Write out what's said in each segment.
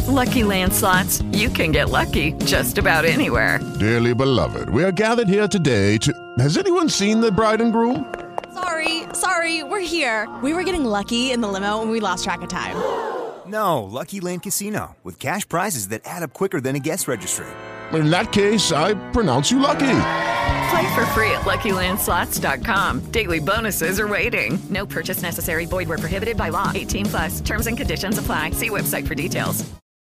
Lucky Land Slots, you can get lucky just about anywhere. Dearly beloved, we are gathered here today to... Has anyone seen the bride and groom? Sorry, we're here. We were getting lucky in the limo and we lost track of time. No, Lucky Land Casino, with cash prizes that add up quicker than a guest registry. In that case, I pronounce you lucky. Play for free at LuckyLandSlots.com. Daily bonuses are waiting. No purchase necessary. Void where prohibited by law. 18+. Terms and conditions apply. See website for details.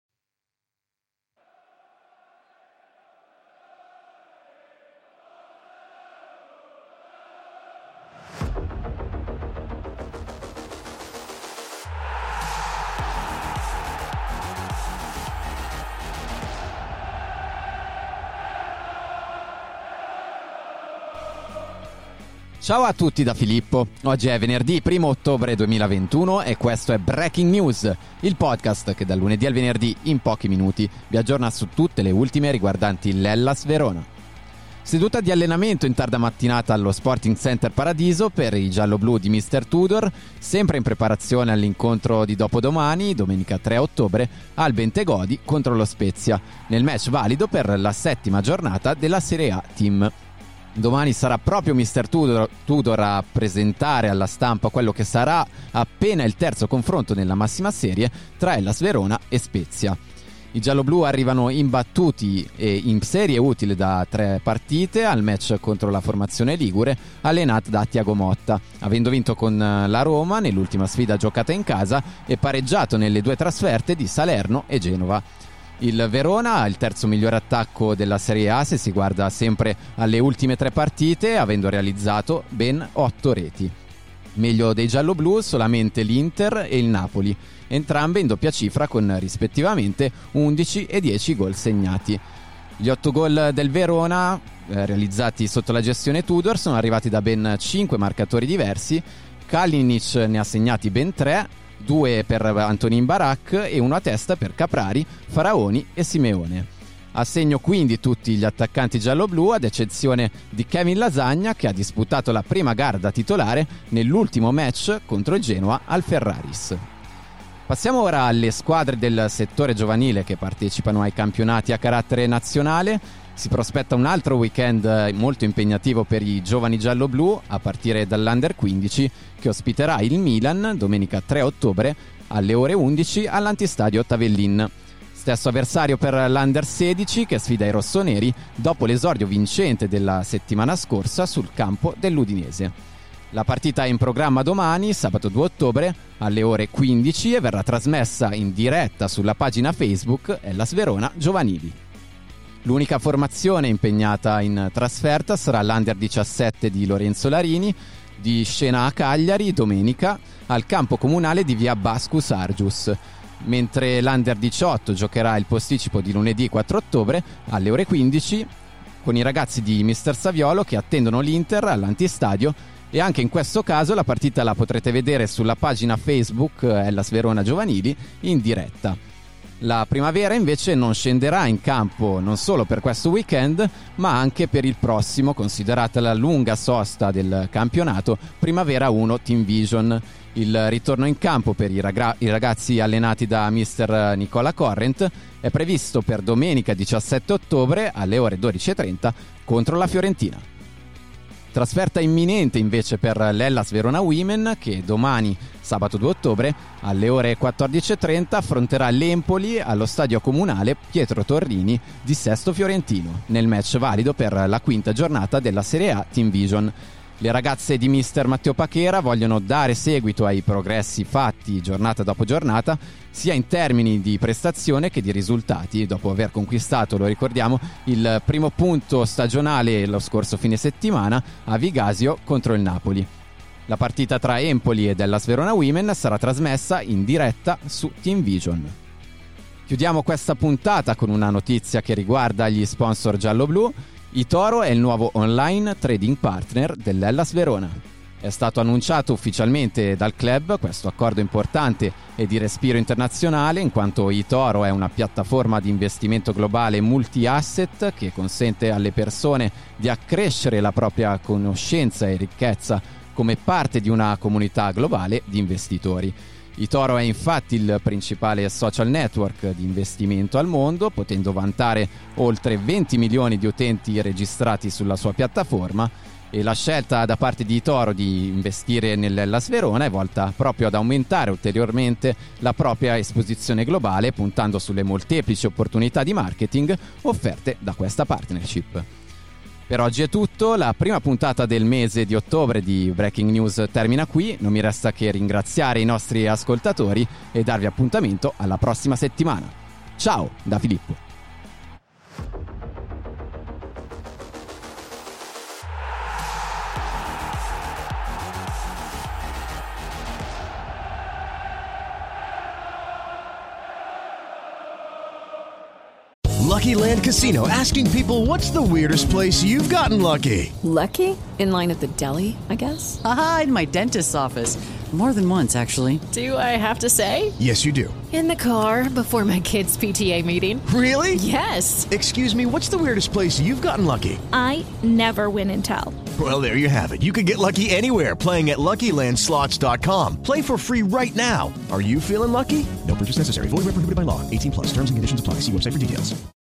Ciao a tutti da Filippo, oggi è venerdì 1 ottobre 2021 e questo è Breaking News, il podcast che dal lunedì al venerdì in pochi minuti vi aggiorna su tutte le ultime riguardanti l'Hellas Verona. Seduta di allenamento in tarda mattinata allo Sporting Center Paradiso per i gialloblu di Mr. Tudor, sempre in preparazione all'incontro di dopodomani, domenica 3 ottobre, al Bentegodi contro lo Spezia, nel match valido per la 7ª giornata della Serie A Team. Domani sarà proprio Mr. Tudor a presentare alla stampa quello che sarà appena il terzo confronto nella massima serie tra Hellas Verona e Spezia. I gialloblu arrivano imbattuti e in serie utile da 3 partite al match contro la formazione ligure allenata da Thiago Motta, avendo vinto con la Roma nell'ultima sfida giocata in casa e pareggiato nelle 2 trasferte di Salerno e Genova. Il Verona ha il terzo migliore attacco della Serie A se si guarda sempre alle ultime 3 partite, avendo realizzato ben 8 reti. Meglio dei gialloblu solamente l'Inter e il Napoli, entrambe in doppia cifra con rispettivamente 11 e 10 gol segnati. Gli 8 gol del Verona, realizzati sotto la gestione Tudor, sono arrivati da ben 5 marcatori diversi. Kalinic ne ha segnati ben 3, 2 per Antonin Barak e 1 a testa per Caprari, Faraoni e Simeone. A segno quindi tutti gli attaccanti gialloblu, ad eccezione di Kevin Lasagna, che ha disputato la prima gara da titolare nell'ultimo match contro il Genoa al Ferraris. Passiamo ora alle squadre del settore giovanile che partecipano ai campionati a carattere nazionale. Si prospetta un altro weekend molto impegnativo per i giovani gialloblu, a partire dall'Under 15, che ospiterà il Milan domenica 3 ottobre alle ore 11 all'Antistadio Tavellin. Stesso avversario per l'Under 16 che sfida i rossoneri dopo l'esordio vincente della settimana scorsa sul campo dell'Udinese. La partita è in programma domani, sabato 2 ottobre, alle ore 15 e verrà trasmessa in diretta sulla pagina Facebook Hellas Verona Giovanili. L'unica formazione impegnata in trasferta sarà l'Under 17 di Lorenzo Larini, di scena a Cagliari domenica al campo comunale di via Bascus Argius, mentre l'Under 18 giocherà il posticipo di lunedì 4 ottobre alle ore 15 con i ragazzi di Mister Saviolo che attendono l'Inter all'Antistadio, e anche in questo caso la partita la potrete vedere sulla pagina Facebook Hellas Verona Giovanili in diretta. La primavera invece non scenderà in campo non solo per questo weekend, ma anche per il prossimo, considerata la lunga sosta del campionato Primavera 1 Team Vision. Il ritorno in campo per i ragazzi allenati da mister Nicola Corrent è previsto per domenica 17 ottobre alle ore 12:30 contro la Fiorentina. Trasferta imminente invece per l'Hellas Verona Women, che domani, sabato 2 ottobre, alle ore 14:30 affronterà l'Empoli allo stadio comunale Pietro Torrini di Sesto Fiorentino, nel match valido per la 5ª giornata della Serie A Team Vision. Le ragazze di mister Matteo Pachera vogliono dare seguito ai progressi fatti giornata dopo giornata, sia in termini di prestazione che di risultati, dopo aver conquistato, lo ricordiamo, il primo punto stagionale lo scorso fine settimana a Vigasio contro il Napoli. La partita tra Empoli ed Hellas Verona Women sarà trasmessa in diretta su Team Vision. Chiudiamo questa puntata con una notizia che riguarda gli sponsor gialloblu. eToro è il nuovo online trading partner dell'Hellas Verona. È stato annunciato ufficialmente dal club questo accordo importante e di respiro internazionale, in quanto eToro è una piattaforma di investimento globale multi-asset che consente alle persone di accrescere la propria conoscenza e ricchezza come parte di una comunità globale di investitori. eToro è infatti il principale social network di investimento al mondo, potendo vantare oltre 20 milioni di utenti registrati sulla sua piattaforma, e la scelta da parte di eToro di investire nell'Hellas Verona è volta proprio ad aumentare ulteriormente la propria esposizione globale, puntando sulle molteplici opportunità di marketing offerte da questa partnership. Per oggi è tutto, la prima puntata del mese di ottobre di Breaking News termina qui, non mi resta che ringraziare i nostri ascoltatori e darvi appuntamento alla prossima settimana. Ciao da Filippo. Lucky Land Casino, asking people, what's the weirdest place you've gotten lucky? Lucky? In line at the deli, I guess? Aha, in my dentist's office. More than once, actually. Do I have to say? Yes, you do. In the car before my kids' PTA meeting. Really? Yes. Excuse me, what's the weirdest place you've gotten lucky? I never win and tell. Well, there you have it. You can get lucky anywhere, playing at LuckyLandSlots.com. Play for free right now. Are you feeling lucky? No purchase necessary. Void where prohibited by law. 18+. Terms and conditions apply. See website for details.